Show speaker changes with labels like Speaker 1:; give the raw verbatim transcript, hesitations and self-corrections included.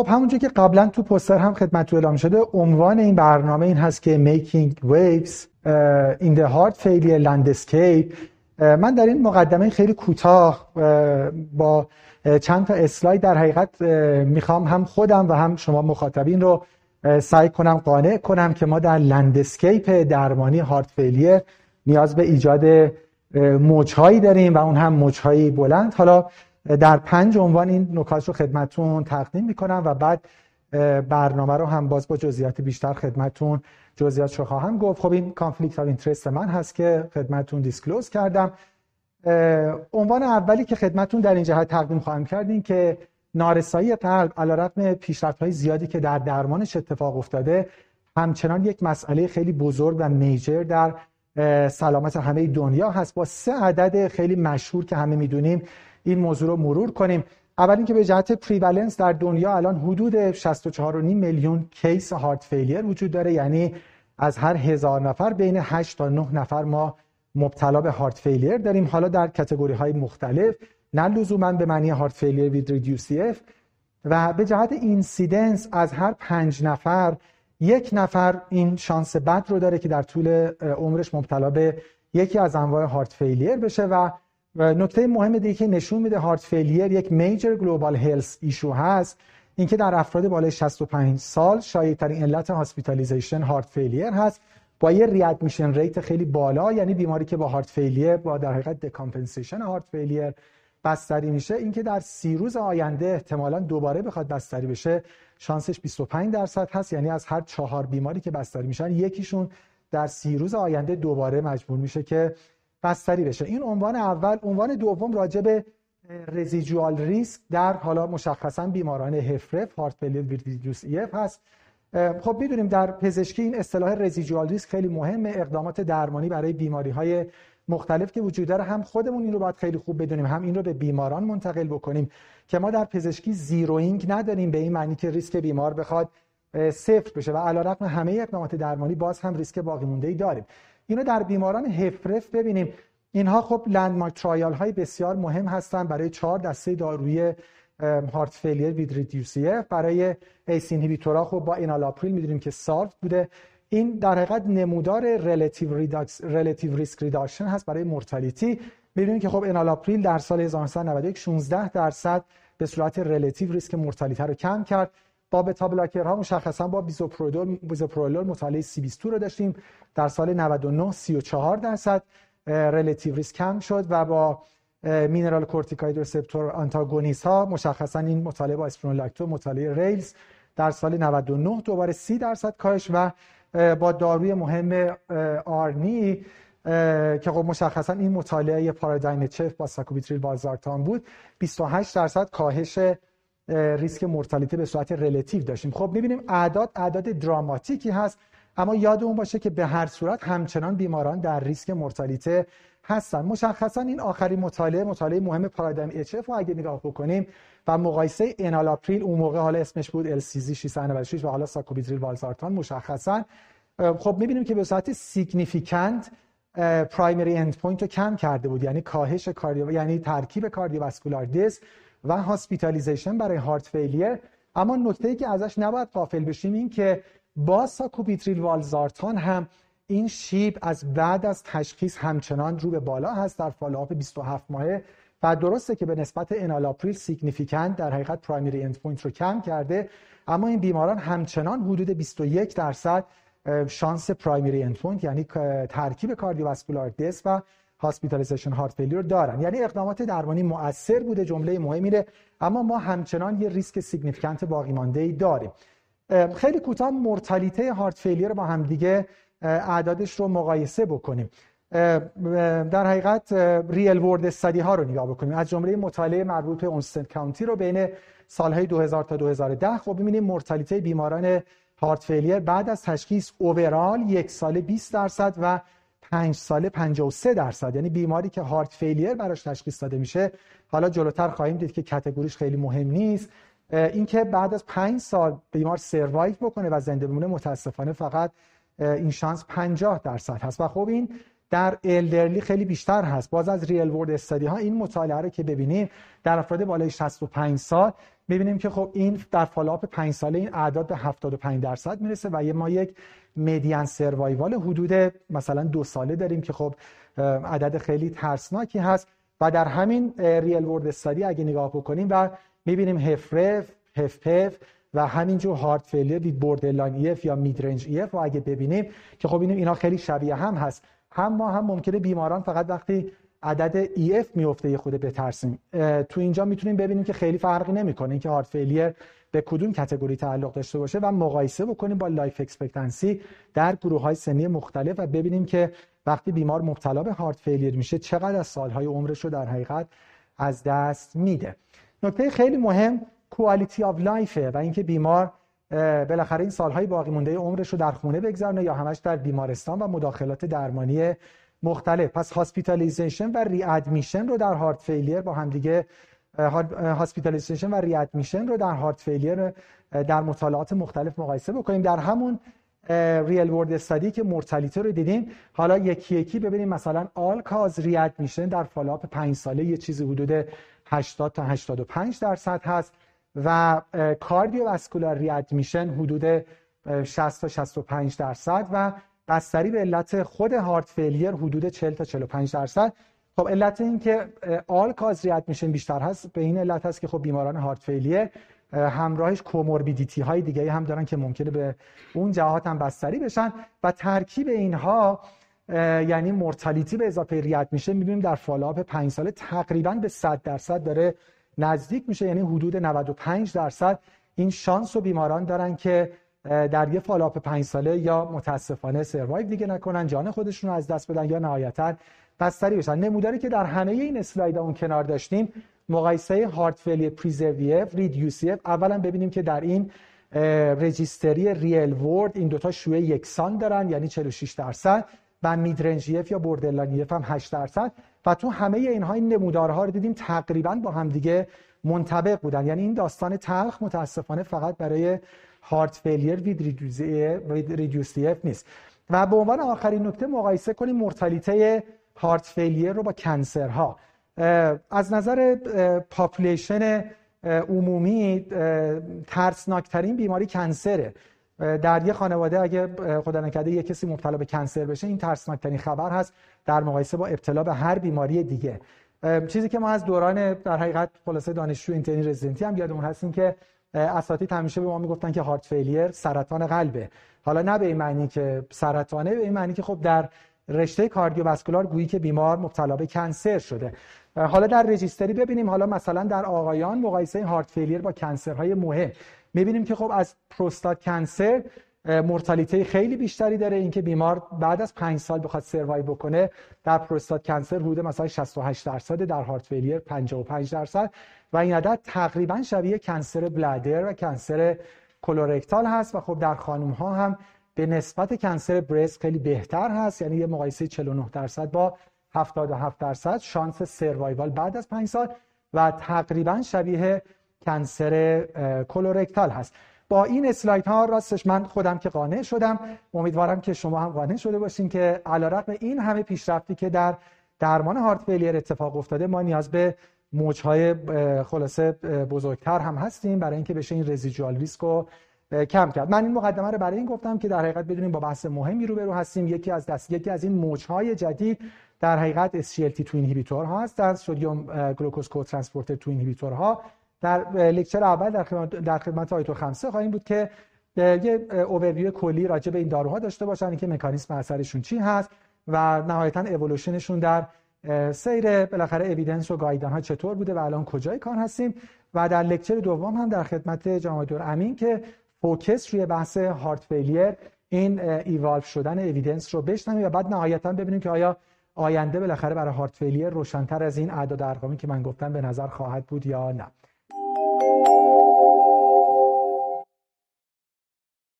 Speaker 1: خب همونجور که قبلا تو پوستر هم خدمتتون اعلام شده، عنوان این برنامه این هست که Making Waves in the Heart Failure Landscape. من در این مقدمه خیلی کوتاه با چند تا اسلاید در حقیقت میخوام هم خودم و هم شما مخاطبین رو سعی کنم قانع کنم که ما در لندسکیپ درمانی هارت فیلیر نیاز به ایجاد موج‌هایی داریم و اون هم موج‌های بلند. حالا در پنج عنوان این نکات رو خدمتتون تقدیم میکنم و بعد برنامه رو هم باز با جزئیات بیشتر خدمتتون جزئیاتش رو خواهم گفت. خب این کانفلیکت آف اینترست من هست که خدمتتون دیسکلوز کردم. عنوان اولی که خدمتتون در این جهت تقدیم خواهم کرد این که نارسایی قلب علیرغم پیشرفت‌های زیادی که در درمانش اتفاق افتاده همچنان یک مسئله خیلی بزرگ و میجر در سلامت همه دنیا هست. با سه عدد خیلی مشهور که همه میدونیم این موضوع رو مرور کنیم. اول اینکه به جهت پریوالنس در دنیا الان حدود شصت و چهار و نیم میلیون کیس هارت فیلیر وجود داره، یعنی از هر هزار نفر بین هشت تا نه نفر ما مبتلا به هارت فیلیر داریم. حالا در کاتگوری های مختلف، نه لزوما به معنی هارت فیلیر وید ریدیوس ای اف. و به جهت اینسیدنس از هر پنج نفر یک نفر این شانس بد رو داره که در طول عمرش مبتلا به یکی از انواع هارت فیلیر بشه. و نکته مهم دیگه که نشون میده هارت فیلیر یک میجر گلوبال هلث ایشو هست اینکه در افراد بالای شصت و پنج سال شایع‌ترین علت هاسپیتالیزیشن هارت فیلیر هست با یه ری ادمیشن ریت خیلی بالا، یعنی بیماری که با هارت فیلیر با در حقیقت دکامپنسیشن هارت فیلیر بستری میشه اینکه در سی روز آینده احتمالاً دوباره بخواد بستری بشه شانسش بیست و پنج درصد هست، یعنی از هر چهار بیماری که بستری میشن یکیشون در سی روز آینده دوباره مجبور میشه که بستری بشه. این عنوان اول. عنوان دوم راجع به رزیدوال ریسک در حالا مشخصا بیماران هفرف هارت فیلیر وید ریدیوس ای اف هست. خب میدونیم در پزشکی این اصطلاح رزیدوال ریسک خیلی مهمه. اقدامات درمانی برای بیماری‌های مختلف که وجود داره هم خودمون این رو باید خیلی خوب بدونیم، هم این رو به بیماران منتقل بکنیم که ما در پزشکی زیروینگ نداریم به این معنی که ریسک بیمار بخواد صفر بشه و علیرغم همه اقدامات درمانی باز هم ریسک باقی مونده‌ای داریم. اینو در بیماران هفرف ببینیم. اینها خب لندمارک ترایال های بسیار مهم هستن برای چهار دسته دارویی هارت فیلیر وید ریدیوس ای اف. برای ایس اینهیبیتورها خب با انالاپریل میدونیم که سالف بوده. این در حقیقت نمودار ریلیتیو ریداکس ریلیتیو ریسک ریداکشن هست برای مورتالیتی. میدونیم که خب انالاپریل در سال هزار و نهصد و نود و یک شانزده درصد به صورت ریلیتیو ریسک مورتالیته رو کم کرد. با بتا بلاکرها مشخصا با بیزوپرولول بیزوپرولول مطالعه سی بیست دو رو داشتیم در سال نود و نه سی و چهار درصد ریلیتیو ریسک کم شد و با مینرال کورتیکوید ریسپتور آنتاگونیست ها مشخصا این مطالعه با اسپرونولاکتون مطالعه ریلز در سال نود و نه دوباره سی درصد کاهش و با داروی مهم آرنی که خب مشخصا این مطالعه پارادایم چف با ساکوبیتریل والزارتان بود بیست و هشت درصد کاهش ریسک مورتالیته به صورت ریلیتیو داشتیم. خب می‌بینیم اعداد اعداد دراماتیکی هست، اما یادمون باشه که به هر صورت همچنان بیماران در ریسک مورتالیته هستن. مشخصا این آخرین مطالعه مطالعه مهم پارادایم اچ اف رو اگه نگاه بکنیم و مقایسه انالاپریل اون موقع حالا اسمش بود ال سی زی ششصد و نود و شش و حالا ساکوبیتریل والزارتان مشخصا خب می‌بینیم که به صورت سیگنیفیکانت پرایمری اند پوینت رو کم کرده بود، یعنی کاهش کاردیو یعنی ترکیب کاردیوواسکولار دیسک و هاسپیتالیزیشن برای هارت فیلیر. اما نکته‌ای که ازش نباید غافل بشیم این که با ساکوبیتریل والزارتان هم این شیب از بعد از تشخیص همچنان رو به بالا هست در فالوآپ بیست و هفت ماهه و درسته که به نسبت انالاپریل سیگنیفیکانت در حقیقت پرایمری اند پوینت رو کم کرده، اما این بیماران همچنان حدود بیست و یک درصد شانس پرایمری اند پوینت یعنی ترکیب کاردیوواسکولار دیسک و هاسپیتالیزیشن هارت فیلیر دارن. یعنی اقدامات درمانی مؤثر بوده، جمله مهمیه، اما ما همچنان یه ریسک سیگنیفیکانت باقی مانده‌ای داریم. خیلی کوتاه مورتالیته هارت فیلیر رو با هم دیگه اعدادش رو مقایسه بکنیم. در حقیقت ریل ورلد استادی ها رو نگاه بکنیم، از جمله مطالعه مربوط به اونستن کانتی رو بین سالهای دو هزار تا دو هزار و ده خب ببینیم مورتالیته بیماران هارت فیلیر بعد از تشخیص اوورال یک ساله بیست درصد و پنج ساله پنجاه و سه درصد، یعنی بیماری که هارت فیلیر براش تشخیص داده میشه، حالا جلوتر خواهیم دید که کاتگوریش خیلی مهم نیست، اینکه بعد از پنج سال بیمار سروایو بکنه و زنده بمونه متاسفانه فقط این شانس پنجاه درصد هست و خب این در الدرلی خیلی بیشتر هست. باز از ریل ورلد استادی ها این مطالعه رو که ببینیم در افراد بالای شصت و پنج سال می‌بینیم که خب این در فالوآپ پنج ساله این اعداد به هفتاد و پنج درصد میرسه و ما یک مدین سروایوال حدود مثلا دو ساله داریم که خب عدد خیلی ترسناکی هست. و در همین ریل ورلد استادی اگه نگاه بکنیم و می‌بینیم هفرف، هفپف و همینجور هارت فیلیر وید بوردرلاین ای اف یا مید رنج ای اف رو اگه ببینیم که خب اینو اینا خیلی شبیه هم هست. هم ما هم ممکنه بیماران فقط وقتی عدد ای اف میفته یه خود بترسیم. تو اینجا میتونیم ببینیم که خیلی فرقی نمیکنه اینکه هارت فیلیر به کدوم کاتگوری تعلق داشته باشه و مقایسه بکنیم با لایف اکسپکتنسی در گروه‌های سنی مختلف و ببینیم که وقتی بیمار مبتلا به هارت فیلیر میشه چقدر از سالهای عمرش رو در حقیقت از دست میده. نکته خیلی مهم کوالیتی آف لایفه و اینکه بیمار بالاخره این سالهای باقی مونده عمرش رو در خونه بگذرونه یا همش در بیمارستان و مداخلات درمانی مختلف. پس هاسپیتالیزیشن و ری ادمیشن رو در هارت فیلیر با هم دیگه هاسپیتالیزیشن و ری ادمیشن رو در هارت فیلیر در مطالعات مختلف مقایسه بکنیم. در همون ریل ورلد استادی که مورتالیته رو دیدیم حالا یکی یکی ببینیم مثلا آل کاز ری ادمیشن در فالوآپ پنج ساله یه چیزی حدود هشتاد تا هشتاد و پنج درصد هست و کاردیوواسکولار ری ادمیشن حدود شصت تا شصت و پنج درصد و بستری به علت خود هارت فیلیر حدود چهل تا چهل و پنج درصد. خب علت این که آل کاز ری ادمیشن بیشتر هست به این علت هست که خب بیماران هارت فیلیر همراهش کوموربیدیتی های دیگه هم دارن که ممکنه به اون جهات هم بستری بشن و ترکیب اینها یعنی مورتالیتی به اضافه ری ادمیشن می‌بینیم در فالوآپ پنج ساله تقریبا به صد درصد داره نزدیک میشه، یعنی حدود نود و پنج درصد این شانس رو بیماران دارن که در یه فالوآپ پنج ساله یا متاسفانه سروایو دیگه نکنن، جان خودشون رو از دست بدن یا نهایتاً بستری بشن. نموداری که در همه این اسلایدها اون کنار داشتیم مقایسه هارت فیلیر پریزرو ریدیوس اف. اولا ببینیم که در این رجیستری ریل ورلد این دوتا شیوع یکسان دارن یعنی چهل و شش درصد و مید رنج اف یا بوردرلاین اف هم هشت درصد و تو همه اینها این نمودارها رو دیدیم تقریبا با هم دیگه منطبق بودن. یعنی این داستان تلخ متاسفانه فقط برای هارت فیلیر وید ریدیوس اف نیست. و به عنوان آخرین نکته مقایسه کنیم مورتالیته هارت فیلیر رو با کنسرها. از نظر پاپولیشن عمومی ترسناکترین بیماری کنسره. در یه خانواده اگه خدا نکرده یه کسی مبتلا به کنسر بشه این ترسناکترین خبر هست در مقایسه با ابتلا به هر بیماری دیگه. چیزی که ما از دوران در حقیقت خلاصه دانشجو اینترنی رزیدنتی هم یادمون هستیم که اساتید همیشه به ما میگفتن که هارت فیلیر سرطان قلبه. حالا نه به این معنی که سرطانه، به این معنی که خب در رشته کاردیوواسکولار گویی که بیمار مبتلا به کنسر شده. حالا در رجیستری ببینیم حالا مثلا در آقایان مقایسه هارت فیلیر با کنسرهای مهم می‌بینیم که خب از پروستات کنسر مورتالیته خیلی بیشتری داره. اینکه بیمار بعد از پنج سال بخواد سروایو بکنه در پروستات کنسر حدود مثلا شصت و هشت درصد، در هارت فیلیر پنجاه و پنج درصد و این عدد تقریبا شبیه کنسر بلادر و کنسر کولورکتال هست و خب در خانم ها هم به نسبت کنسر برست خیلی بهتر هست، یعنی یه مقایسه چهل و نه درصد با هفتاد و هفت درصد شانس سروایوال بعد از پنج سال و تقریبا شبیه کنسر کولورکتال هست. با این اسلاید ها راستش من خودم که قانع شدم، امیدوارم که شما هم قانع شده باشین که علیرغم این همه پیشرفتی که در درمان هارت فیلیر اتفاق افتاده ما نیاز به موج‌های خلاصه بزرگتر هم هستیم برای اینکه بشه این رزیدوال ریسک رو کم کرد. من این مقدمه رو برای این گفتم که در حقیقت بدونیم با بحث مهمی روبرو هستیم. یکی از دست یکی از این موج‌های جدید در حقیقت اس جی ال تی تو اینهیبیتور ها هستند، سدیم گلوکوز کوترانسپورتر تو اینهیبیتور ها. در لکچر اول در خدمت در خدمت آیتو خمسه خواهیم بود که یه اوورویو کلی راجع به این داروها داشته باشن که مکانیزم اثرشون چی هست و نهایتاً اِوولوشنشون در سیر بالاخره اوییدنس و گایدلاین ها چطور بوده و الان کجای کار هستیم. و در لکچر دوم هم در خدمت جناب دکتر امین که فوکس روی بحث هارت فیلیر این ایوالو شدن اوییدنس رو بشنویم و بعد نهایتاً ببینیم که آیا آینده بالاخره برای هارت فیلیر روشن‌تر از این اعداد ارقامی که من گفتم به نظر خواهد بود یا نه.